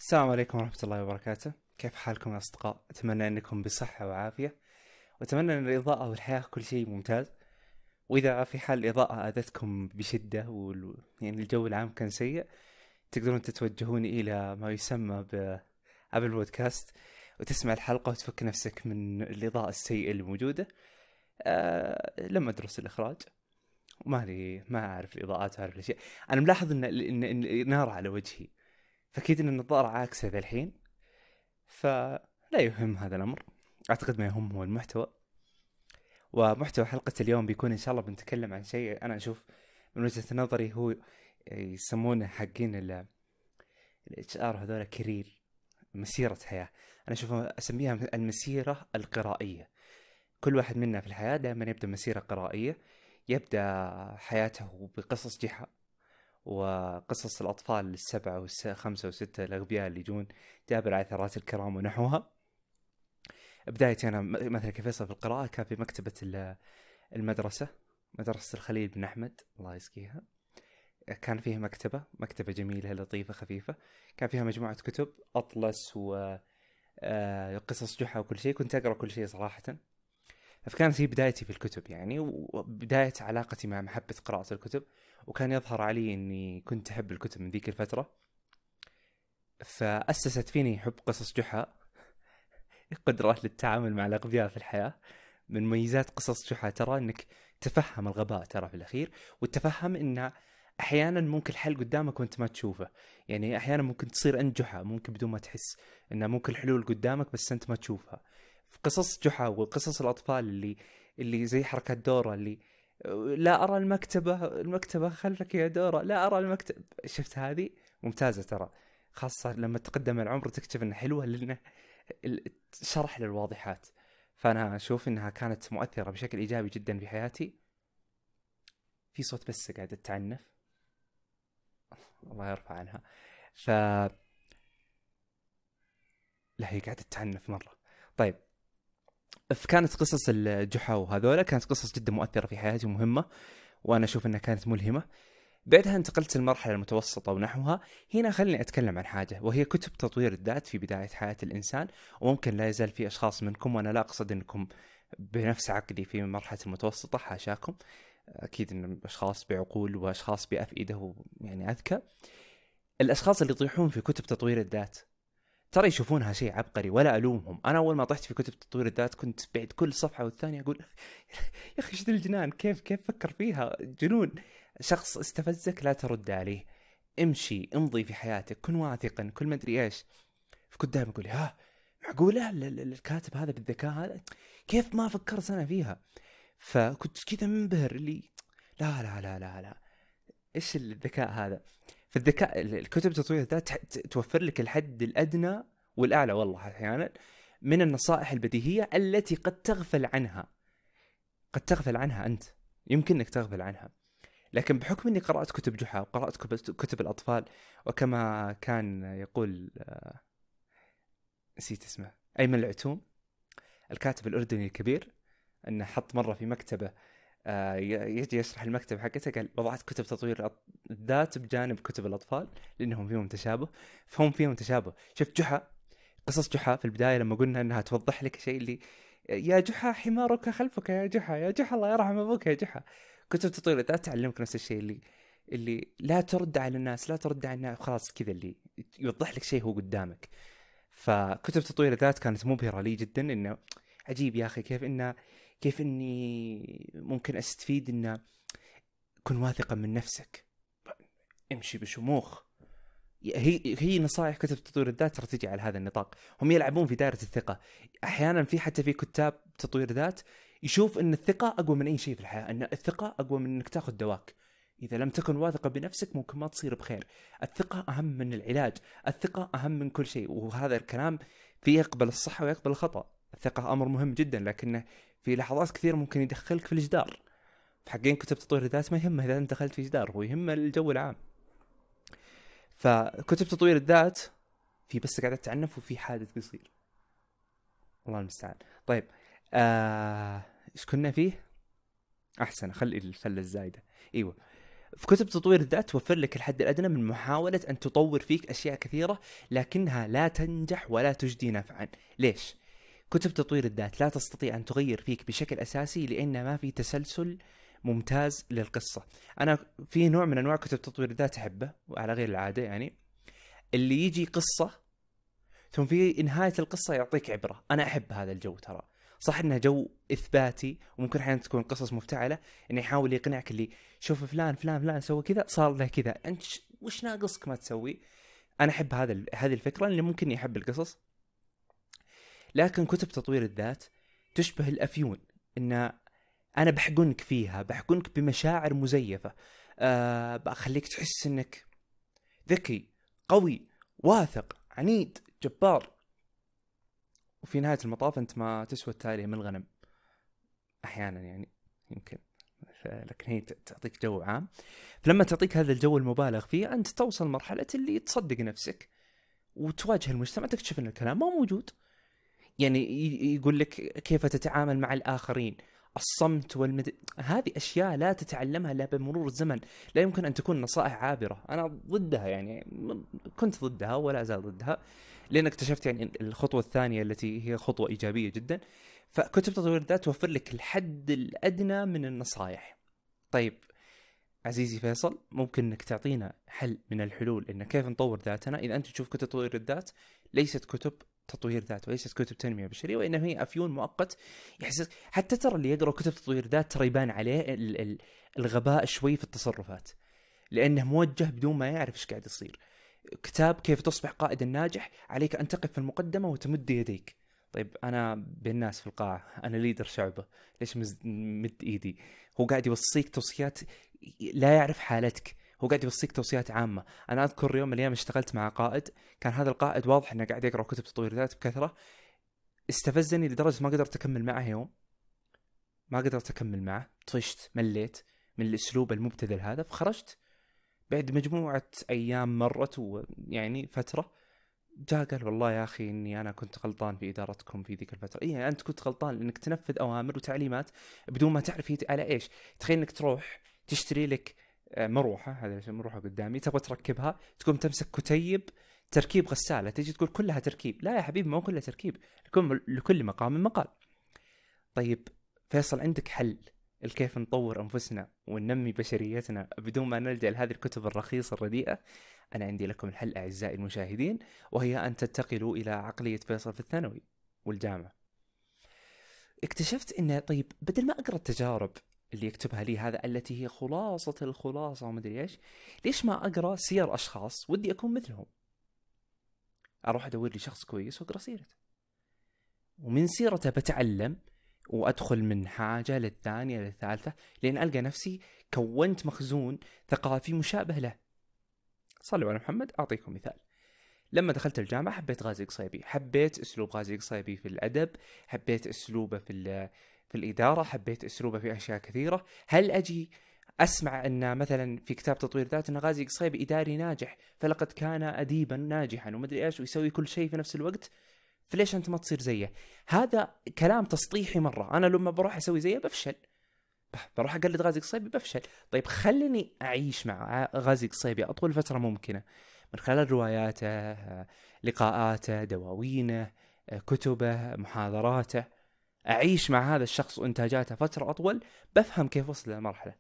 السلام عليكم ورحمة الله وبركاته. كيف حالكم يا أصدقاء؟ أتمنى أنكم بصحة وعافية، وأتمنى أن الإضاءة والحياة كل شيء ممتاز. وإذا في حال الإضاءة آذتكم بشدة يعني الجو العام كان سيء، تقدرون تتوجهون إلى ما يسمى بأبل بودكاست وتسمع الحلقة وتفك نفسك من الإضاءة السيئة اللي موجودة. لما أدرس الإخراج ما أعرف الإضاءات وأعرف الأشياء. أنا ملاحظ إن نار على وجهي، فأكيد إن النظارة عاكسة ذا الحين، فلا يهم هذا الأمر. أعتقد ما يهم هو المحتوى. ومحتوى حلقة اليوم بيكون إن شاء الله بنتكلم عن شيء أنا أشوف من وجهة نظري هو يسمونه حقين ال HR، هذول كارير، مسيرة حياة. أنا أشوف أسميها المسيرة القرائية. كل واحد منا في الحياة دائما يبدأ مسيرة قرائية، يبدأ حياته بقصص جحا وقصص الأطفال السبعة والخمسة وستة الأغبياء اللي يجون جابر عثرات الكرام ونحوها. بدايتي أنا مثلا كفيصل في القراءة كان في مكتبة المدرسة، مدرسة الخليل بن أحمد الله يسقيها. كان فيها مكتبة جميلة لطيفة خفيفة، كان فيها مجموعة كتب أطلس وقصص جحا وكل شيء. كنت أقرأ كل شيء صراحة، فكانت هي بدايتي في الكتب يعني، وبداية علاقتي مع محبة قراءة الكتب. وكان يظهر علي أني كنت أحب الكتب من ذيك الفترة، فأسست فيني حب قصص جحا، قدرة للتعامل مع الأغبياء في الحياة. من مميزات قصص جحا ترى انك تفهم الغباء ترى في الاخير، وتفهم ان احيانا ممكن الحل قدامك وانت ما تشوفه. يعني احيانا ممكن تصير انت جحا ممكن بدون ما تحس ان ممكن الحلول قدامك بس انت ما تشوفها. في قصص جحا وقصص الاطفال اللي زي حركة دورة اللي لا ارى المكتبة خلفك يا دورة، لا ارى المكتب. شفت هذه ممتازة ترى، خاصة لما تقدم العمر تكتشف انها حلوة لانه شرح للواضحات. فأنا أشوف إنها كانت مؤثرة بشكل إيجابي جدا في حياتي. في صوت بس قاعدة تعنف، الله يرفع عنها. ف لا، هي قاعدة تعنف مرة. طيب، فكانت قصص الجحا وهذولا كانت قصص جدا مؤثرة في حياتي ومهمة، وأنا أشوف إنها كانت ملهمة. بعدها انتقلت للمرحلة المتوسطة ونحوها. هنا خلني أتكلم عن حاجة، وهي كتب تطوير الذات في بداية حياة الإنسان. وممكن لا يزال في أشخاص منكم، وأنا لا أقصد أنكم بنفس عقلي في مرحلة المتوسطة، حاشاكم، أكيد إن أشخاص بعقول وأشخاص بأفئدة يعني أذكى. الأشخاص اللي يطيحون في كتب تطوير الذات ترى يشوفونها شيء عبقري، ولا ألومهم. أنا أول ما طحت في كتب تطوير الذات كنت بعد كل صفحة والثانية أقول يا أخي إيش ذا الجنان، كيف فكر فيها، جنون. شخص استفزك لا ترد عليه، امشي امضي في حياتك، كن واثقا، كل ما أدري إيش. فكنت دائما أقول ها معقولة الكاتب هذا بالذكاء هذا، كيف ما فكرت أنا فيها؟ فكنت كذا منبهر اللي لا لا لا لا لا، ايش الذكاء هذا؟ في الذكاء الكتب تطوير الذات توفر لك الحد الادنى والاعلى والله احيانا من النصائح البديهيه التي قد تغفل عنها انت، يمكن انك تغفل عنها. لكن بحكم اني قرات كتب جحا وقرات كتب الاطفال، وكما كان يقول نسيت اسمه، ايمن العتوم الكاتب الاردني الكبير، انه حط مره في مكتبه يجي يشرح المكتب حقته، قال وضعت كتب تطوير الذات بجانب كتب الأطفال لأنهم فيهم تشابه. فهم فيهم تشابه. شفت جحا، قصص جحا في البداية لما قلنا أنها توضح لك شيء اللي يا جحا حمارك خلفك يا جحا، يا جحا الله يرحم أبوك يا جحا. كتب تطوير الذات تعلمك نفس الشيء، اللي لا ترد على الناس، لا ترد على الناس، خلاص كذا، اللي يوضح لك شيء هو قدامك. فكتب تطوير الذات كانت مبهرة لي جدا، إنه عجيب يا أخي كيف إني ممكن أستفيد. إنه كن واثقا من نفسك، امشي بشموخ. هي نصائح كتب تطوير الذات ترى تجي على هذا النطاق. هم يلعبون في دائرة الثقة. أحيانا حتى في كتاب تطوير ذات يشوف أن الثقة أقوى من أي شيء في الحياة، أن الثقة أقوى من أنك تأخذ دواك. إذا لم تكن واثقة بنفسك ممكن ما تصير بخير. الثقة أهم من العلاج، الثقة أهم من كل شيء. وهذا الكلام فيه يقبل الصحة ويقبل الخطأ. الثقة أمر مهم جدا، لكنه في لحظات كثير ممكن يدخلك في الجدار. حقين كتب تطوير الذات ما يهمه إذا أنت دخلت في جدار، هو يهم الجو العام. فكتب تطوير الذات في بس قاعدة تعنف وفي حادث بيصير، الله المستعان. طيب، ايش كنا فيه؟ احسن خلي الفلة الزايدة. ايوه، في كتب تطوير الذات توفر لك الحد الأدنى من محاولة أن تطور فيك أشياء كثيرة، لكنها لا تنجح ولا تجدي نفعا. ليش؟ كتب تطوير الذات لا تستطيع أن تغير فيك بشكل أساسي لأن ما في تسلسل ممتاز للقصة. أنا في نوع من أنواع كتب تطوير الذات أحبه وعلى غير العادة، يعني اللي يجي قصة ثم في نهاية القصة يعطيك عبرة. أنا أحب هذا الجو ترى. صح إنه جو إثباتي وممكن أحيانا تكون قصص مفتعلة، إنه يحاول يقنعك اللي شوف فلان فلان فلان سوى كذا صار له كذا، أنت وش ناقصك ما تسوي. أنا أحب هذه الفكرة اللي ممكن يحب القصص. لكن كتب تطوير الذات تشبه الأفيون، إن أنا بحقنك فيها، بحقنك بمشاعر مزيفة، بخليك تحس إنك ذكي قوي واثق عنيد جبار، وفي نهاية المطاف أنت ما تسوى التالية من الغنم أحيانا يعني يمكن، لكن هي تعطيك جو عام. فلما تعطيك هذا الجو المبالغ فيه أنت توصل مرحلة اللي تصدق نفسك وتواجه المجتمع، تكتشف أن الكلام ما موجود. يعني يقول لك كيف تتعامل مع الآخرين، الصمت هذه أشياء لا تتعلمها إلا بمرور الزمن، لا يمكن أن تكون نصائح عابرة. أنا ضدها، يعني كنت ضدها ولا أزال ضدها، لأن اكتشفت يعني الخطوة الثانية التي هي خطوة إيجابية جدا. فكتب تطوير الذات توفر لك الحد الأدنى من النصائح. طيب عزيزي فيصل، ممكن انك تعطينا حل من الحلول ان كيف نطور ذاتنا؟ اذا انت تشوف كتب تطوير الذات ليست كتب تطوير ذات وليست كتب تنمية بشرية، وانما هي افيون مؤقت يحسس. حتى ترى اللي يقرأ كتب تطوير ذات ترى يبان عليه الغباء شوي في التصرفات، لانه موجه بدون ما يعرف ايش قاعد يصير. كتاب كيف تصبح قائدا ناجح، عليك ان تقف في المقدمة وتمد يديك. طيب انا بالناس في القاعة، انا ليدر شعبة، ليش مد ايدي؟ هو قاعد يوصيك توصيات لا يعرف حالتك، هو قاعد يوصيك توصيات عامة. أنا أذكر يوم من الأيام اشتغلت مع قائد، كان هذا القائد واضح أنه قاعد يقرأ كتب تطوير ذات بكثرة، استفزني لدرجة ما قدرت أكمل معه يوم، ما قدرت أكمل معه، طفشت مليت من الأسلوب المبتذل هذا. فخرجت بعد مجموعة أيام مرت ويعني فترة، جاء قال والله يا أخي إني أنا كنت غلطان في إدارتكم في ذيك الفترة. إيه أنت كنت غلطان لأنك تنفذ أوامر وتعليمات بدون ما تعرف على إيش. تخيل إنك تروح تشتري لك مروحة، هذا مروحة قدامي تبغى تركبها، تقوم تمسك كتيب تركيب غسالة، تيجي تقول كلها تركيب. لا يا حبيبي، ما هو كلها تركيب، لكل مقام مقال. طيب فيصل، عندك حل كيف نطور أنفسنا وننمي بشريتنا بدون ما نلجأ لهذه الكتب الرخيصة الرديئة؟ أنا عندي لكم الحل أعزائي المشاهدين، وهي أن تنتقلوا إلى عقلية فيصل في الثانوي والجامعة. اكتشفت إنه طيب بدل ما أقرأ التجارب اللي يكتبها لي هذا التي هي خلاصة الخلاصة ومدري إيش، ليش ما أقرأ سير أشخاص ودي أكون مثلهم؟ أروح أدور لي شخص كويس وأقرأ سيرته، ومن سيرته بتعلم وأدخل من حاجة للثانية للثالثة لين ألقى نفسي كونت مخزون ثقافي مشابه له. صلوا على محمد. أعطيكم مثال. لما دخلت الجامعة حبيت غازي قصيبي، حبيت أسلوب غازي قصيبي في الأدب، حبيت أسلوبه في الإدارة، حبيت أسلوبه في أشياء كثيرة. هل أجي أسمع أن مثلا في كتاب تطوير ذات أن غازي قصيبي إداري ناجح فلقد كان أديبا ناجحا ومدري إيش ويسوي كل شيء في نفس الوقت، فليش أنت ما تصير زيه؟ هذا كلام تسطيحي مرة. أنا لما بروح أسوي زيه بفشل، بروح أقلد غازي قصيبي بفشل. طيب خليني أعيش مع غازي قصيبي أطول فترة ممكنة من خلال رواياته، لقاءاته، دواوينه، كتبه، محاضراته. أعيش مع هذا الشخص وإنتاجاته فترة أطول، بفهم كيف وصل للمرحلة.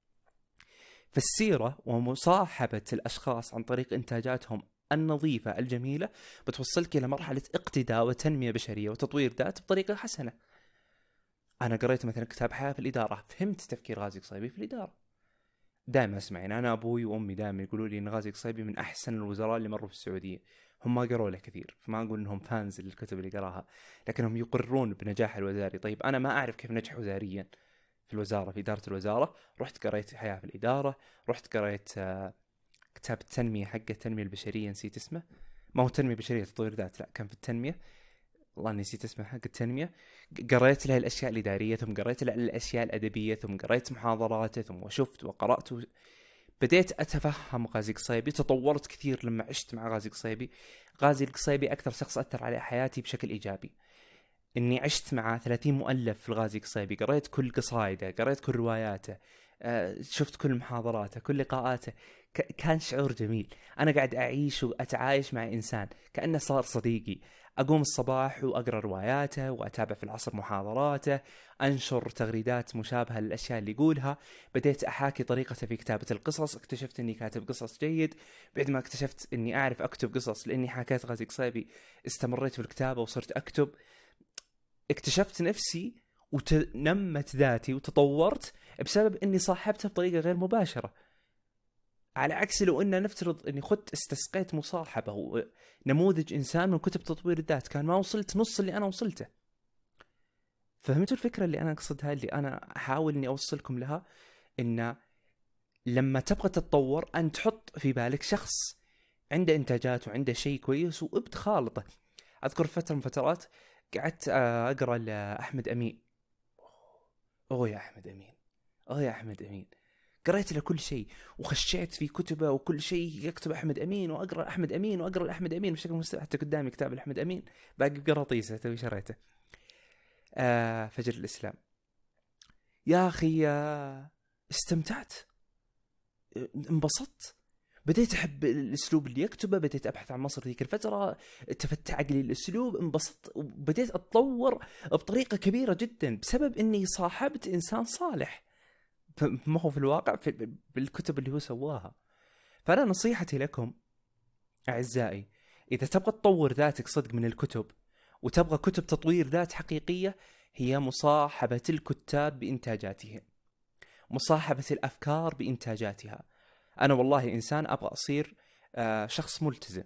فالسيرة ومصاحبة الأشخاص عن طريق إنتاجاتهم النظيفة الجميلة بتوصلك إلى مرحلة اقتداء وتنمية بشرية وتطوير ذات بطريقة حسنة. أنا قريت مثلا كتاب حياة في الإدارة، فهمت تفكير غازي قصيبي في الإدارة. دائما أسمعين، أنا أبوي وأمي دائما يقولوا لي إن غازي قصيبي من أحسن الوزراء اللي مروا في السعودية. هم ما قروا له كثير، فما أقول إنهم فانز للكتب اللي قراها، لكنهم يقرون بنجاح الوزاري. طيب أنا ما أعرف كيف نجح وزاريا في الوزارة، في إدارة الوزارة. رحت قريت حياة في الإدارة، رحت قريت كتاب التنمية حقه، التنمية البشرية، نسيت اسمه، ما هو تنمية بشرية تطوير ذات، لا كان في التنمية، والله نسيت اسمه، حق التنمية. قريت له الأشياء الإدارية، ثم قريت له الأشياء الأدبية، ثم قريت محاضراته، ثم شفت وقرأت بديت أتفهم غازي قصيبي. تطورت كثير لما عشت مع غازي قصيبي. غازي القصيبي أكثر شخص أثر على حياتي بشكل إيجابي. إني عشت مع 30 مؤلف في الغازي قصيبي، قريت كل قصائده، قريت كل رواياته، شفت كل محاضراته، كل لقاءاته. كان شعور جميل. أنا قاعد أعيش وأتعايش مع إنسان كأنه صار صديقي. أقوم الصباح وأقرأ رواياته وأتابع في العصر محاضراته، أنشر تغريدات مشابهة للأشياء اللي يقولها. بديت أحاكي طريقته في كتابة القصص، اكتشفت أني كاتب قصص جيد. بعد ما اكتشفت أني أعرف أكتب قصص لأني حكيت غازي قصيبي، استمريت في الكتابة وصرت أكتب. اكتشفت نفسي وتنمت ذاتي وتطورت بسبب أني صاحبته بطريقة غير مباشرة. على عكس لو أن نفترض أني استسقيت مصاحبة نموذج إنسان من كتب تطوير الذات، كان ما وصلت نص اللي أنا وصلته. فهمتوا الفكرة اللي أنا أقصدها، اللي أنا أحاول أني أوصلكم لها؟ إن لما تبغى تتطور أن تحط في بالك شخص عنده إنتاجات وعنده شيء كويس وبتخالطه. أذكر فترة من فترات قعدت أقرأ لأحمد أمين. أوه يا أحمد أمين، أوه يا أحمد أمين. قرأت له كل شيء وخشيت في كتبه وكل شيء يكتب أحمد أمين، وأقرأ أحمد أمين وأقرأ أحمد أمين بشكل مستمر. حتى قدامي كتاب أحمد أمين باقي بقراطيسه توي شريته. فجر الإسلام يا أخي، استمتعت، انبسطت، بديت أحب الأسلوب اللي يكتبه، بديت أبحث عن مصر ذيك الفترة، تفتح عقلي الأسلوب، انبسطت وبديت أتطور بطريقة كبيرة جدا بسبب أني صاحبت إنسان صالح، ما هو في الواقع بالكتب اللي هو سواها. فأنا نصيحتي لكم أعزائي، إذا تبغى تطور ذاتك صدق من الكتب وتبغى كتب تطوير ذات حقيقية، هي مصاحبة الكتاب بإنتاجاتهم، مصاحبة الأفكار بإنتاجاتها. أنا والله إنسان أبغى أصير شخص ملتزم.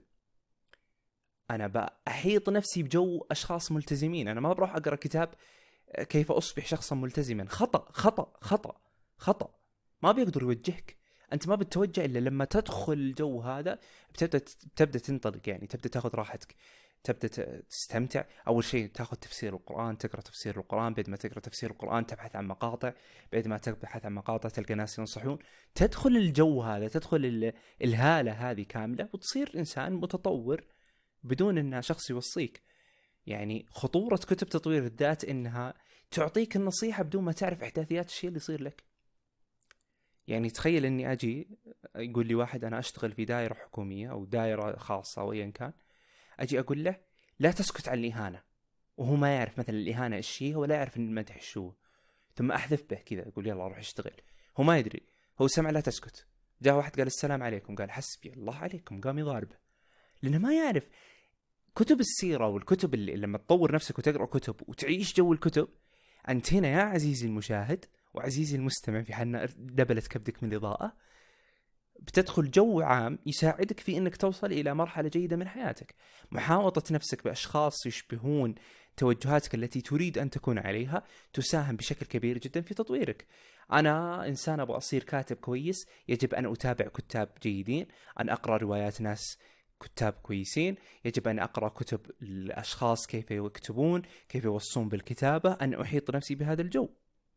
أنا بأحيط نفسي بجو أشخاص ملتزمين. أنا ما بروح أقرأ كتاب كيف أصبح شخصا ملتزما. خطأ خطأ خطأ خطأ. ما بيقدر يوجهك. أنت ما بتتوجه إلا لما تدخل الجو هذا، بتبدأ تنطلق، يعني تبدأ تأخذ راحتك، تبدأ تستمتع. أول شيء تأخذ تفسير القرآن، تقرأ تفسير القرآن. بعد ما تقرأ تفسير القرآن تبحث عن مقاطع، بعد ما تبحث عن مقاطع تلقى ناس ينصحون. تدخل الجو هذا، تدخل الهالة هذه كاملة، وتصير إنسان متطور بدون أن شخص يوصيك. يعني خطورة كتب تطوير الذات إنها تعطيك النصيحة بدون ما تعرف إحداثيات الشيء اللي يصير لك. يعني تخيل إني أجي يقول لي واحد أنا أشتغل في دائرة حكومية أو دائرة خاصة أو أيا كان، أجي أقول له لا تسكت عن الإهانة، وهو ما يعرف مثلا الإهانة إيش هي ولا يعرف إن المدح إيش هو. ثم أحذف به كذا أقول يلا روح اشتغل. هو ما يدري، هو سمع لا تسكت، جاء واحد قال السلام عليكم، قال حسبي الله عليكم، قام يضاربه، لأنه ما يعرف. كتب السيرة والكتب اللي لما تطور نفسك وتقرأ كتب وتعيش جو الكتب، أنت هنا يا عزيزي المشاهد وعزيزي المستمع في حالنا دبلت كبدك من الإضاءة، بتدخل جو عام يساعدك في أنك توصل إلى مرحلة جيدة من حياتك. محاوطة نفسك بأشخاص يشبهون توجهاتك التي تريد أن تكون عليها تساهم بشكل كبير جدا في تطويرك. أنا إنسان أبغى أصير كاتب كويس، يجب أن أتابع كتاب جيدين، أن أقرأ روايات ناس كتاب كويسين، يجب أن أقرأ كتب الأشخاص كيف يكتبون، كيف يوصون بالكتابة، أن أحيط نفسي بهذا الجو.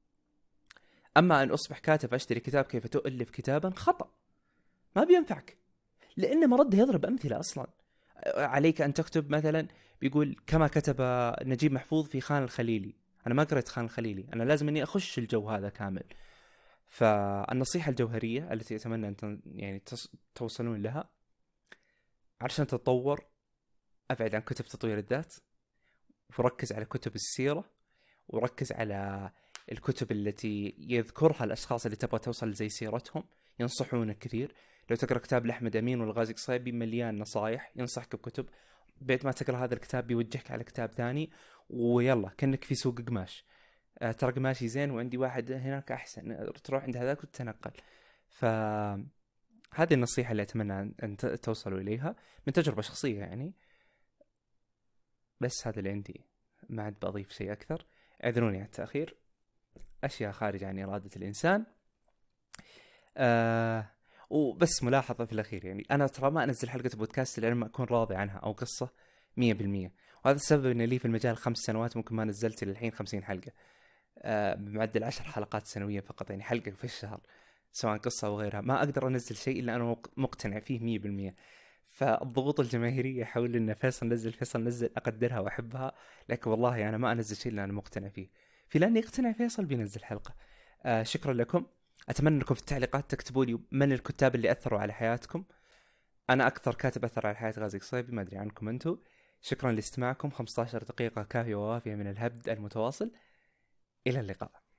أما أن أصبح كاتب أشتري كتاب كيف تؤلف كتابا، خطأ، ما بينفعك، لأن مرده يضرب أمثلة أصلا. عليك أن تكتب مثلا، بيقول كما كتب نجيب محفوظ في خان الخليلي. أنا ما قرأت خان الخليلي، أنا لازم أني أخش الجو هذا كامل. فالنصيحة الجوهرية التي أتمنى أن يعني توصلون لها علشان تتطور، أبعد عن كتب تطوير الذات، وركز على كتب السيرة، وركز على الكتب التي يذكرها الأشخاص اللي تبغى توصل زي سيرتهم، ينصحونك كثير. لو تقرأ كتاب لأحمد أمين والغازي قصيبي مليان نصايح، ينصحك بكتب. بعد ما تقرأ هذا الكتاب بيوجهك على كتاب ثاني، ويلا كأنك في سوق قماش. ترى قماشي زين وعندي واحد هناك أحسن، تروح عند هذاك وتتنقل. هذه النصيحة اللي أتمنى أن توصلوا إليها من تجربة شخصية يعني. بس هذا اللي عندي، ما عاد بأضيف شيء أكثر. اعذروني على التأخير، أشياء خارج عن إرادة الإنسان. وبس ملاحظة في الأخير، يعني أنا ترى ما أنزل حلقة بودكاست لأن ما أكون راضي عنها أو قصة 100%. وهذا السبب أن لي في المجال 5 سنوات ممكن ما نزلت للحين 50 حلقة، بمعدل 10 حلقات سنويا فقط، يعني حلقة في الشهر سواء قصة أو غيرها. ما أقدر أنزل شيء إلا أنا مقتنع فيه 100%. فالضغوط الجماهيرية حول إن فيصل نزل فيصل نزل أقدرها وأحبها، لكن والله أنا ما أنزل شيء إلا أنا مقتنع فيه. في لأني يقتنع فيصل بينزل حلقة. شكرا لكم. أتمنى أنكم في التعليقات تكتبوا لي من الكتاب اللي أثروا على حياتكم. أنا أكثر كاتب أثر على حياة غازي قصيبي، ما أدري عنكم أنتم. شكرا لاستماعكم، 15 دقيقة كافية ووافية من الهبد المتواصل. إلى اللقاء.